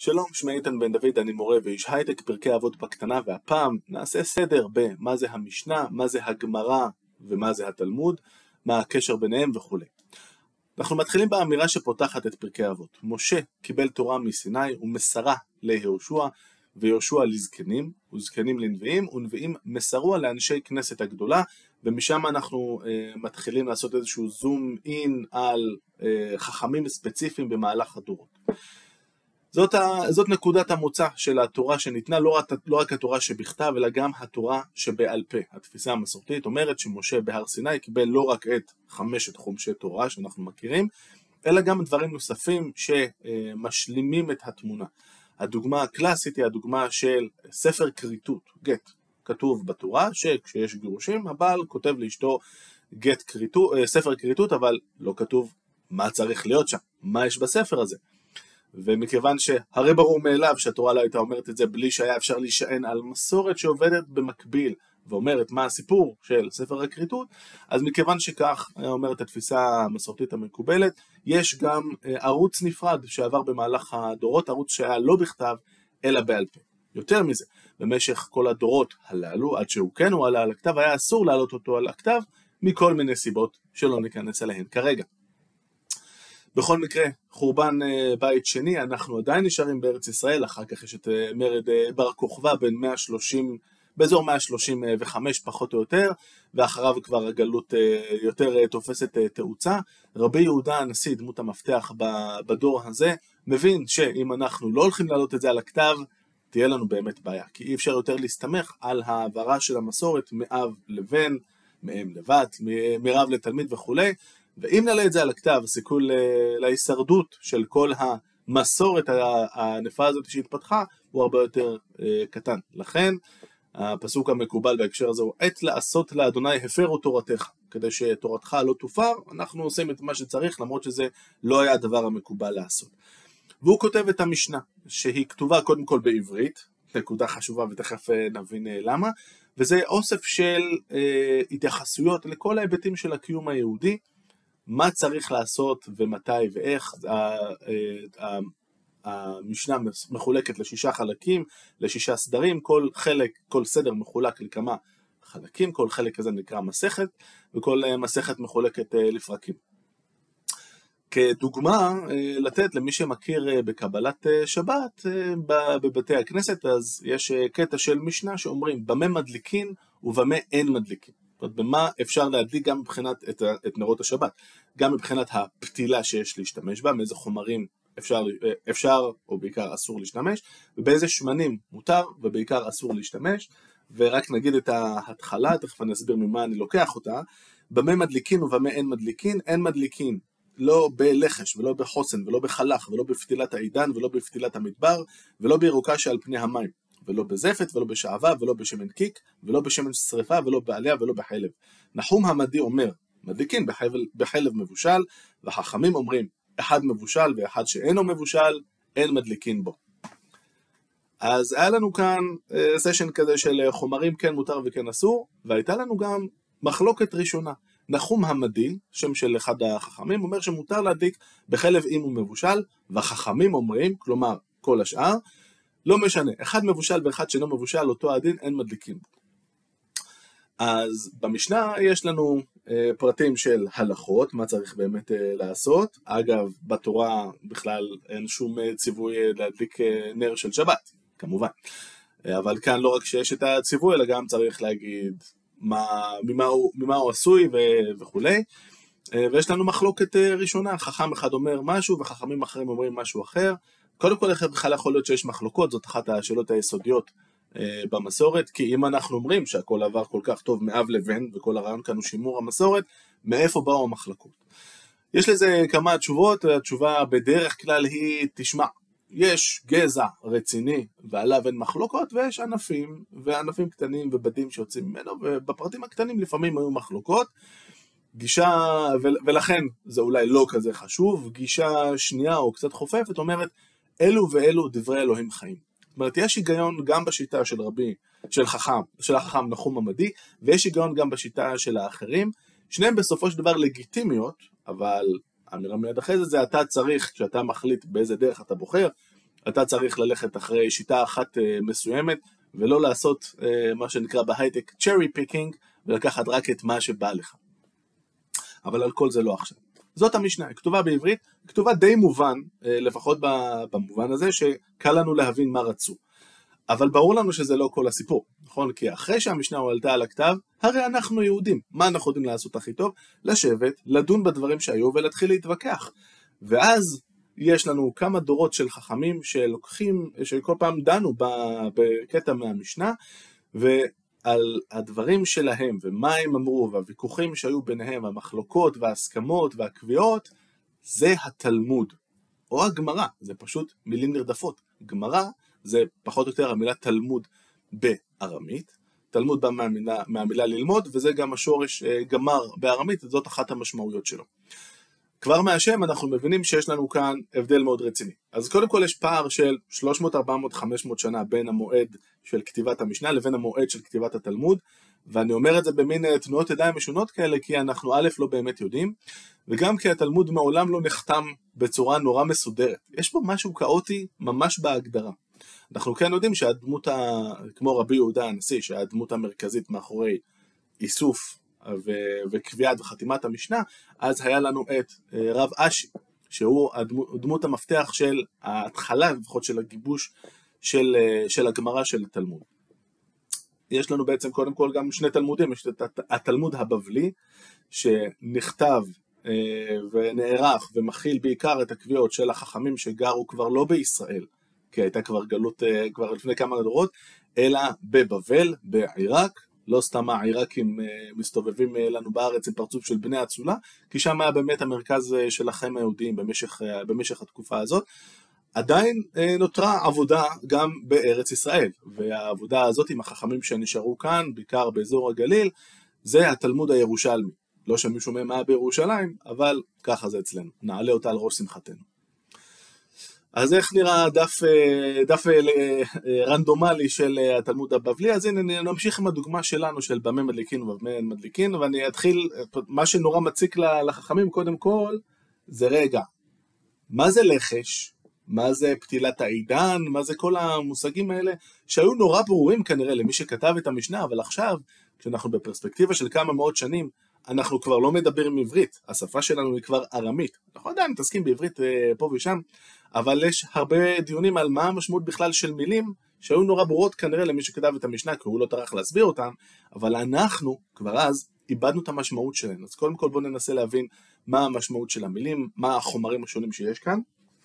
שלום, שמי איתן בן דוד, אני מורה ואיש הייטק, פרקי אבות בקטנה, והפעם נעשה סדר במה זה המשנה, מה זה הגמרא ומה זה התלמוד, מה הקשר ביניהם וכו'. אנחנו מתחילים באמירה שפותחת את פרקי אבות. משה קיבל תורה מסיני ומסרה ליהושע, ויהושע לזקנים, וזקנים לנביאים, ונביאים מסרוה לאנשי כנסת הגדולה, ומשם אנחנו מתחילים לעשות איזשהו זום אין על חכמים ספציפיים במהלך הדורות. זאת נקודת המוצא של התורה שניתנה, לא רק התורה שבכתב, אלא גם התורה שבעל פה. התפיסה המסורתית אומרת שמשה בהר סיני קיבל לא רק את 5 חומשי תורה שאנחנו מכירים, אלא גם דברים נוספים שמשלימים את התמונה. הדוגמה הקלאסית היא הדוגמה של ספר כריתות, גט. כתוב בתורה שכשיש גירושים, הבעל כותב לאשתו ספר כריתות, אבל לא כתוב מה צריך להיות שם, מה יש בספר הזה. ומכיוון שהרי ברור מאליו שהתורה לא הייתה אומרת את זה בלי שהיה אפשר להישען על מסורת שעובדת במקביל ואומרת מה הסיפור של ספר הכריתות, אז מכיוון שכך אומרת התפיסה המסורתית המקובלת, יש גם ערוץ נפרד שעבר במהלך הדורות, ערוץ שהיה לא בכתב אלא בעל פה. יותר מזה, במשך כל הדורות הללו, עד שהוא כן הוא עלה על הכתב, היה אסור להעלות אותו על הכתב מכל מיני סיבות שלא ניכנס אליהן כרגע. בכל מקרה, חורבן בית שני, אנחנו עדיין נשארים בארץ ישראל, אחר כך יש את מרד בר כוכבא באזור 135 פחות או יותר, ואחריו כבר הגלות יותר תופסת תאוצה. רבי יהודה הנשיא, דמות המפתח בדור הזה, מבין שאם אנחנו לא הולכים להעלות את זה על הכתב, תהיה לנו באמת בעיה, כי אי אפשר יותר להסתמך על העברה של המסורת מאב לבן, מאם לבת, מרב לתלמיד וכו'. ואם נעלה את זה על הכתב, הסיכוי להישרדות של כל המסורת הענפה הזאת שהתפתחה, הוא הרבה יותר קטן. לכן, הפסוק המקובל בהקשר הזה הוא, עת לעשות לאדוני הפרו תורתך, כדי שתורתך לא תופר, אנחנו עושים את מה שצריך, למרות שזה לא היה הדבר המקובל לעשות. והוא כותב את המשנה, שהיא כתובה קודם כל בעברית, נקודה חשובה ותכף נבין למה, וזה אוסף של התייחסויות לכל ההיבטים של הקיום היהודי, מה צריך לעשות ומתי ואיך. המשנה מחולקת ל6 חלקים, ל6 סדרים, כל סדר מחולק לכמה חלקים, כל חלק כזה נקרא מסכת, וכל מסכת מחולקת לפרקים. כדוגמה, לתת למי שמכיר בקבלת שבת בבתי הכנסת, אז יש קטע של משנה שאומרים במה מדליקין ובמה אין מדליקין. במה אפשר להדליק גם מבחינת את נרות השבת, גם מבחינת הפתילה שיש להשתמש בה, מאיזה חומרים אפשר או בעיקר אסור להשתמש, ובאיזה שמנים מותר ובעיקר אסור להשתמש. ורק נגיד את ההתחלה, תכף אני אסביר ממה אני לוקח אותה. במה מדליקין ובמה אין מדליקין. אין מדליקין לא בלחש ולא בחוסן ולא בחלך ולא בפתילת העידן ולא בפתילת המדבר ולא בירוקה שעל פני המים, ולא בזפת ולא בשעבה ולא בשמן קיק ולא בשמן שריפה ולא בעליה ולא בחלב. נחום המדי אומר מדליקין בחלב מבושל, והחכמים אומרים אחד מבושל ואחד שאינו מבושל אין מדליקין בו. אז היה לנו כאן סשן כזה של חומרים כן מותר וכן אסור, והייתה לנו גם מחלוקת ראשונה. נחום המדי, שם של אחד החכמים, אומר שמותר להדליק בחלב אם הוא מבושל, והחכמים אומרים, כלומר כל השאר, לא משנה, אחד מבושל ואחד שאינו מבושל, אותו הדין, אין מדליקים. אז במשנה יש לנו פרטים של הלכות, מה צריך באמת לעשות. אגב, בתורה בכלל אין שום ציווי להדליק נר של שבת, כמובן. אבל כאן לא רק שיש את הציווי, אלא גם צריך להגיד ממה הוא עשוי וכו'. ויש לנו מחלוקת ראשונה, חכם אחד אומר משהו וחכמים אחרים אומרים משהו אחר. קודם כל, איך בכלל יכול להיות שיש מחלוקות? זאת אחת השאלות היסודיות במסורת, כי אם אנחנו אומרים שהכל עבר כל כך טוב מאב לבן, וכל הרעיון כאן הוא שימור המסורת, מאיפה באו המחלוקות? יש לזה כמה תשובות. התשובה בדרך כלל היא, תשמע, יש גזע רציני ועליו אין מחלוקות, ויש ענפים וענפים קטנים ובדים שיוצאים ממנו, ובפרטים הקטנים לפעמים היו מחלוקות. ולכן זה אולי לא כזה חשוב. גישה שנייה או קצת חופפת אומרת, אלו ואלו דברי אלוהים חיים. זאת אומרת, יש היגיון גם בשיטה של החכם נחום המדי, ויש היגיון גם בשיטה של האחרים. שניהם בסופו של דבר לגיטימיות, אבל אמירה מיד אחרי זה אתה צריך, כשאתה מחליט באיזה דרך אתה בוחר, אתה צריך ללכת אחרי שיטה אחת מסוימת, ולא לעשות מה שנקרא בהייטק cherry picking, ולקחת רק את מה שבא לך. אבל על כל זה לא עכשיו. זאת המשנה, היא כתובה בעברית, היא כתובה די מובן, לפחות במובן הזה, שקל לנו להבין מה רצו. אבל ברור לנו שזה לא כל הסיפור, נכון? כי אחרי שהמשנה הועלתה על הכתב, הרי אנחנו יהודים. מה אנחנו יודעים לעשות הכי טוב? לשבת, לדון בדברים שהיו ולהתחיל להתווכח. ואז יש לנו כמה דורות של חכמים שלוקחים, שכל פעם דנו בקטע מהמשנה, ועל הדברים שלהם ומה הם אמרו, והוויכוחים שהיו ביניהם, המחלוקות וההסכמות והקביעות, זה התלמוד. או הגמרא, זה פשוט מילים נרדפות. גמרא זה פחות או יותר המילה תלמוד בארמית. תלמוד בא מהמילה ללמוד, וזה גם השורש גמר בארמית, זאת אחת המשמעויות שלו. כבר מהשם אנחנו מבינים שיש לנו כאן הבדל מאוד רציני. אז קודם כל יש פער של 300, 400, 500 שנה בין המועד של כתיבת המשנה לבין המועד של כתיבת התלמוד, ואני אומר את זה במין תנועות ידיים משונות כאלה, כי אנחנו א' לא באמת יודעים, וגם כי התלמוד מעולם לא נחתם בצורה נורא מסודרת. יש פה משהו כאוטי ממש בהגדרה. אנחנו כן יודעים שהדמות, כמו רבי יהודה הנשיא, שהדמות המרכזית מאחורי איסוף וקביעת וחתימת המשנה, אז היה לנו את רב אשי, שהוא דמות המפתח של ההתחלה, לפחות של הגיבוש של הגמרא של התלמוד. יש לנו בעצם קודם כל גם שני תלמודים, יש את התלמוד הבבלי, שנכתב ונערך ומכיל בעיקר את הקביעות של החכמים שגרו כבר לא בישראל, כי הייתה כבר גלות כבר לפני כמה דורות, אלא בבבל, בעיראק. לא סתם העיראקים מסתובבים לנו בארץ עם פרצוף של בני אצולה, כי שם היה באמת המרכז של החיים היהודיים במשך התקופה הזאת. עדיין נותרה עבודה גם בארץ ישראל, והעבודה הזאת עם החכמים שנשארו כאן, בעיקר באזור הגליל, זה התלמוד הירושלמי. לא שמישהו מהם היה בירושלים, אבל ככה זה אצלנו. נעלה אותה על ראש שמחתנו. אז איך נראה דף רנדומלי של התלמוד הבבלי? אז הנה נמשיך עם הדוגמה שלנו של במה מדליקין ובמה אין מדליקין, ואני אתחיל, מה שנורא מציק לחכמים קודם כל, זה רגע, מה זה לחש? מה זה פתילת העידן? מה זה כל המושגים האלה שהיו נורא ברורים כנראה למי שכתב את המשנה, אבל עכשיו, כשאנחנו בפרספקטיבה של כמה מאות שנים, אנחנו כבר לא מדברים עברית, השפה שלנו היא כבר ארמית. אנחנו עדיין מתעסקים בעברית פה ושם, אבל יש הרבה דיונים על מה המשמעות בכלל של מילים, שהיו נורא ברורות כנראה למי שכתב את המשנה, כי הוא לא טרח להסביר אותם, אבל אנחנו כבר אז איבדנו את המשמעות שלהם. אז קודם כל בואו ננסה להבין מה המשמעות של המילים, מה החומרים השונים שיש כאן.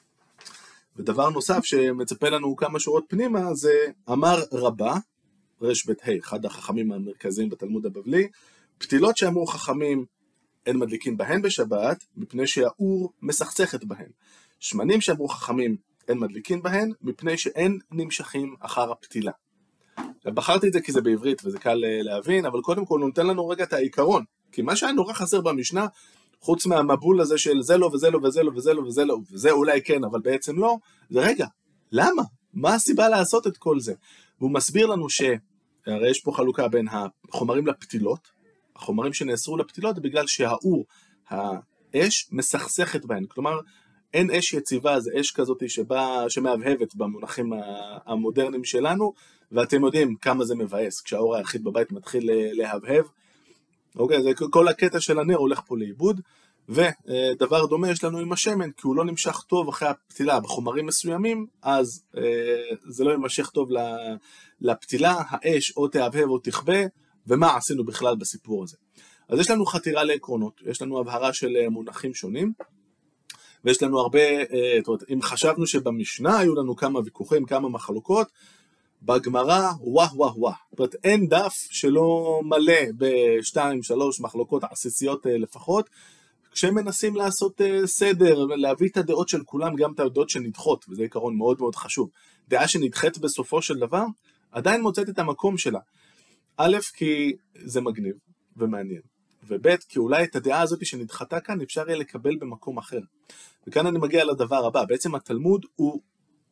ודבר נוסף שמצפה לנו כמה שורות פנימה, זה אמר רבה, רש"ב ה', אחד החכמים המרכזיים בתלמוד הבבלי, פתילות שאמרו חכמים אין מדליקין בהן בשבת, מפני שהאור מסכסכת בהן. שמנים שאמרו חכמים אין מדליקין בהן, מפני שאין נמשכים אחר הפתילה. בחרתי את זה כי זה בעברית וזה קל להבין, אבל קודם כל נותן לנו רגע את העיקרון, כי מה שהיה נורא חסר במשנה, חוץ מהמבול הזה של זה לא וזה לא וזה לא וזה לא וזה לא, וזה אולי כן אבל בעצם לא, זה רגע, למה? מה הסיבה לעשות את כל זה? והוא מסביר לנו שהרי יש פה חלוקה בין החומרים לפתילות, החומרים שנאסרו לפתילות זה בגלל שהאור, האש מסכסכת בהן, כלומר אין אש יציבה, זה אש כזאת שמהבהבת במונחים המודרניים שלנו, ואתם יודעים כמה זה מבאס, כשהאור היחיד בבית מתחיל להבהב, אוקיי, זה כל הקטע של הנר הולך פה לאיבוד, ודבר דומה יש לנו עם השמן, כי הוא לא נמשך טוב אחרי הפתילה בחומרים מסוימים, אז זה לא ימשך טוב לפתילה, האש או תהבהב או תכבה, ומה עשינו בכלל בסיפור הזה. אז יש לנו חתירה לעקרונות, יש לנו הבהרה של מונחים שונים, ויש לנו הרבה, אם חשבנו שבמשנה היו לנו כמה ויכוחים, כמה מחלוקות, בגמרא, וואו. זאת אומרת, אין דף שלא מלא בשתיים, שלוש מחלוקות עסיסיות לפחות, כשמנסים לעשות סדר, להביא את הדעות של כולם, גם את הדעות שנדחות, וזה עיקרון מאוד מאוד חשוב. דעה שנדחית בסופו של דבר, עדיין מוצאת את המקום שלה. א', כי זה מגניב ומעניין, וב', כי אולי את הדעה הזאת שנדחתה כאן, אפשר יהיה לקבל במקום אחר. וכאן אני מגיע לדבר הבא, בעצם התלמוד הוא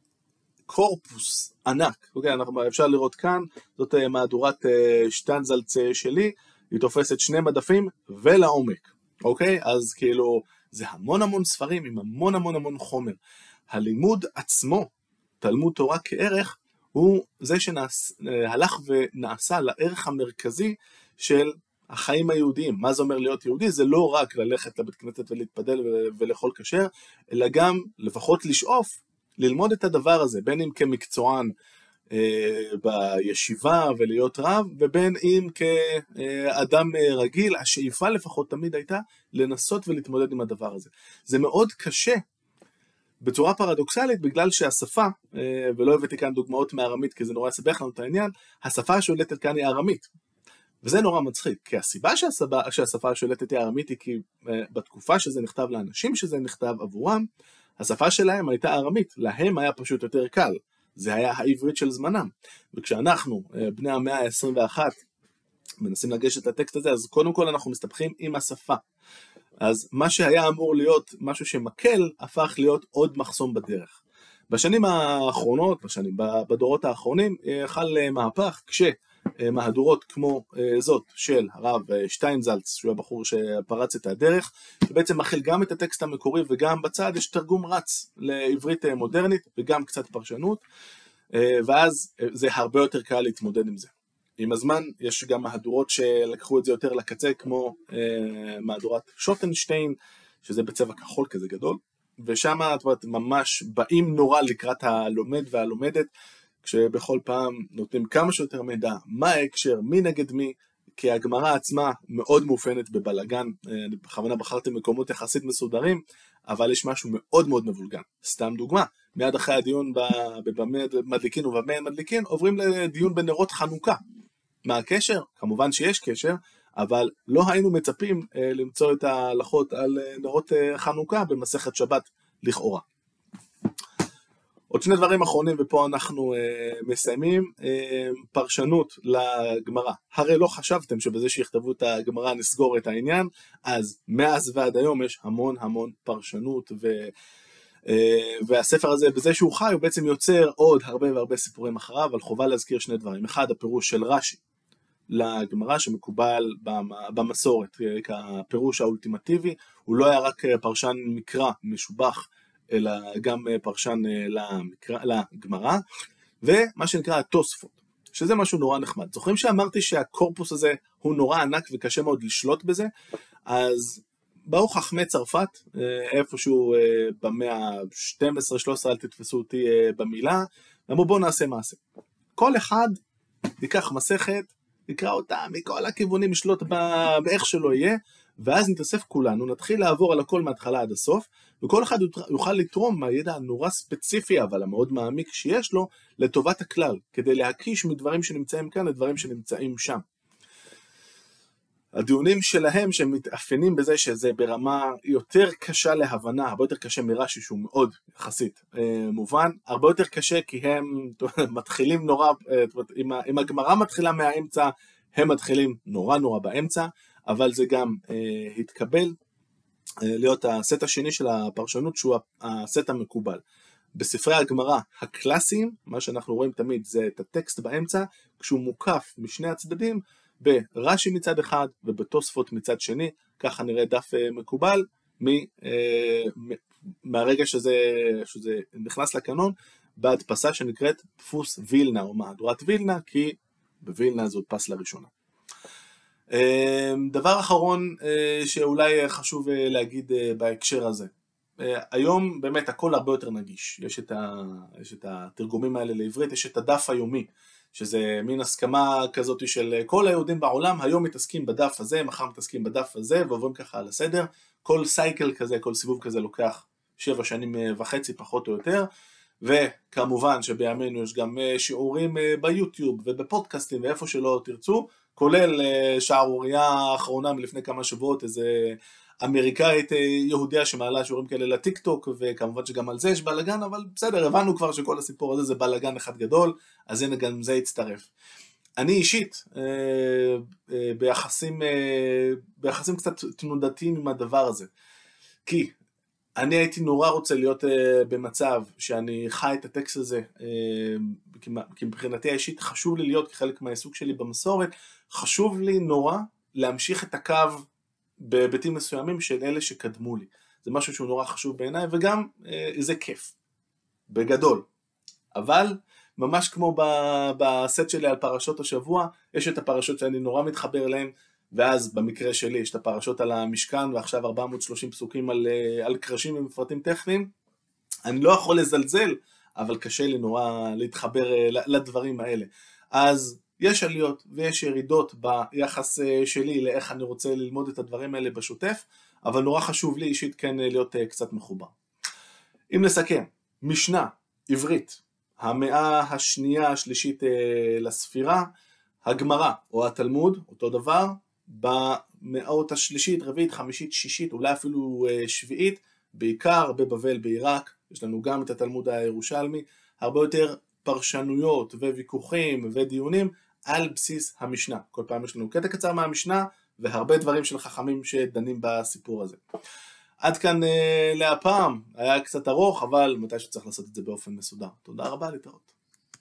קורפוס ענק, אוקיי, אפשר לראות כאן, זאת מהדורת שטנזלץ שלי, היא תופסת 2 מדפים ולעומק, אוקיי, אז כאילו, זה המון ספרים עם המון חומר. הלימוד עצמו, תלמוד תורה כערך, הוא זה שהלך ונעשה לערך המרכזי של החיים היהודיים. מה זה אומר להיות יהודי? זה לא רק ללכת לבית כנסת ולהתפדל ולאכול כשר, אלא גם לפחות לשאוף, ללמוד את הדבר הזה, בין אם כמקצוען בישיבה ולהיות רב, ובין אם כאדם רגיל, השאיפה לפחות תמיד הייתה לנסות ולהתמודד עם הדבר הזה. זה מאוד קשה, בצורה פרדוקסלית, בגלל שהשפה, ולא הבאתי כאן דוגמאות מארמית, כי זה נורא יסבך לנו את העניין, השפה השולטת כאן היא ארמית. וזה נורא מצחיק, כי הסיבה שהשפה השולטת היא ארמית, היא כי בתקופה שזה נכתב לאנשים שזה נכתב עבורם, השפה שלהם הייתה ארמית, להם היה פשוט יותר קל. זה היה העברית של זמנם. וכשאנחנו, בני המאה ה-21, מנסים לגשת לטקסט הזה, אז קודם כל אנחנו מסתבכים עם השפה. אז מה שהיה אמור להיות משהו שמקל, הפך להיות עוד מחסום בדרך. בשנים האחרונות, בדורות האחרונים, חל מהפך, כשמהדורות כמו זאת של הרב שטיינזלץ, שהוא הבחור שפרץ את הדרך, שבעצם מכיל גם את הטקסט המקורי, וגם בצד יש תרגום רץ לעברית מודרנית, וגם קצת פרשנות, ואז זה הרבה יותר קל להתמודד עם זה. עם הזמן יש גם מהדורות שלקחו את זה יותר לקצה, כמו מהדורת שוטנשטיין, שזה בצבע כחול כזה גדול, ושם ממש באים נורא לקראת הלומד והלומדת, כשבכל פעם נותנים כמה שיותר מידע, מה ההקשר, מי נגד מי, כי הגמרא עצמה מאוד מאופיינת בבלגן, אני בכוונה בחרתי מקומות יחסית מסודרים, אבל יש משהו מאוד מאוד מבולגן. סתם דוגמה, מיד אחרי הדיון בבמה מדליקין ובמה אין מדליקין, עוברים לדיון בנרות חנוכה. מה הקשר? כמובן שיש קשר, אבל לא היינו מצפים למצוא את ההלכות על נרות חנוכה במסכת שבת לכאורה. עוד שני דברים אחרונים, ופה אנחנו מסיימים. פרשנות לגמרא. הרי לא חשבתם שבזה שיכתבו את הגמרא נסגור את העניין, אז מאז ועד היום יש המון המון פרשנות, והספר הזה, בזה שהוא חי, הוא בעצם יוצר עוד הרבה והרבה סיפורים אחריו, אבל חובה להזכיר שני דברים. אחד, הפירוש של רש"י לגמרא, שמקובל במסורת כפירוש האולטימטיבי, הוא לא היה רק פרשן מקרא משובח, אלא גם פרשן לגמרא, ומה שנקרא התוספות, שזה משהו נורא נחמד. זוכרים שאמרתי שהקורפוס הזה הוא נורא ענק וקשה מאוד לשלוט בזה? אז באו חכמי צרפת, איפשהו במאה ה-12-13, אל תתפסו אותי במילה, ואמרו בואו נעשה מעשה. כל אחד ייקח מסכת, יקרא אותה מכל הכיוונים, ישלוט באיך שלא יהיה, ואז נתאסף כולנו, נתחיל לעבור על הכל מההתחלה עד הסוף, וכל אחד יוכל לתרום מהידע הנורא ספציפי, אבל המאוד מעמיק שיש לו, לטובת הכלל, כדי להקיש מדברים שנמצאים כאן לדברים שנמצאים שם. הדיונים שלהם שמתאפיינים בזה שזה ברמה יותר קשה להבנה, הרבה יותר קשה מרש"י שהוא מאוד יחסית מובן, הרבה יותר קשה כי הם מתחילים נורא, אם הגמרא מתחילה מהאמצע, הם מתחילים נורא נורא באמצע, אבל זה גם התקבל להיות הסט השני של הפרשנות שהוא הסט המקובל. בספרי הגמרא הקלאסיים, מה שאנחנו רואים תמיד זה את הטקסט באמצע, כשהוא מוקף משני הצדדים, ברש"י מצד אחד ובתוספות מצד שני, ככה נראה דף מקובל, מהרגע שזה נכנס לקנון, בהדפסה שנקראת דפוס וילנה או מהדורת וילנה, כי בווילנה זה הודפס לראשונה. דבר אחרון שאולי חשוב להגיד בהקשר הזה, היום באמת הכל הרבה יותר נגיש, יש את התרגומים האלה לעברית, יש את הדף היומי, שזה מין הסכמה כזאת של כל היהודים בעולם, היום מתעסקים בדף הזה, מחר מתעסקים בדף הזה, ועוברים ככה על הסדר, כל סייקל כזה, כל סיבוב כזה לוקח 7.5 שנים פחות או יותר, וכמובן שבימינו יש גם שיעורים ביוטיוב ובפודקאסטים ואיפה שלא תרצו, כולל שערוריה האחרונה מלפני כמה שבועות, איזה אמריקאית יהודיה שמעלה שיעורים כאלה לטיק טוק, וכמובן שגם על זה יש בלגן, אבל בסדר, הבנו כבר שכל הסיפור הזה זה בלגן אחד גדול, אז הנה גם זה יצטרף. אני אישית, ביחסים קצת תנודתיים עם הדבר הזה, כי אני הייתי נורא רוצה להיות במצב שאני חי את הטקסט הזה, כי מבחינתי האישית חשוב לי להיות כחלק מהעיסוק שלי במסורת, חשוב לי נורא להמשיך את הקו בהיבטים מסוימים של אלה שקדמו לי. זה משהו שהוא נורא חשוב בעיניי, וגם זה כיף, בגדול. אבל ממש כמו בסט שלי על פרשות השבוע, יש את הפרשות שאני נורא מתחבר אליהן, ואז במקרה שלי יש את הפרשות על המשכן, ועכשיו 430 פסוקים על קרשים ומפרטים טכניים. אני לא יכול לזלזל, אבל קשה לי נורא להתחבר לדברים האלה. אז יש עליות ויש ירידות ביחס שלי לאיך אני רוצה ללמוד את הדברים האלה בשוטף, אבל נורא חשוב לי אישית כן להיות קצת מחובר. אם נסכם, משנה עברית, המאה השנייה השלישית לספירה, הגמרא או התלמוד, אותו דבר, במאות השלישית, רביעית, חמישית, שישית, אולי אפילו שביעית, בעיקר בבבל בעיראק, יש לנו גם את התלמוד הירושלמי, הרבה יותר פרשנויות וויכוחים ודיונים על בסיס המשנה. כל פעם יש לנו קטע קצר מהמשנה, והרבה דברים של חכמים שדנים בסיפור הזה. עד כאן להפעם, היה קצת ארוך, אבל מתי שצריך לעשות את זה באופן מסודר. תודה רבה, להתראות.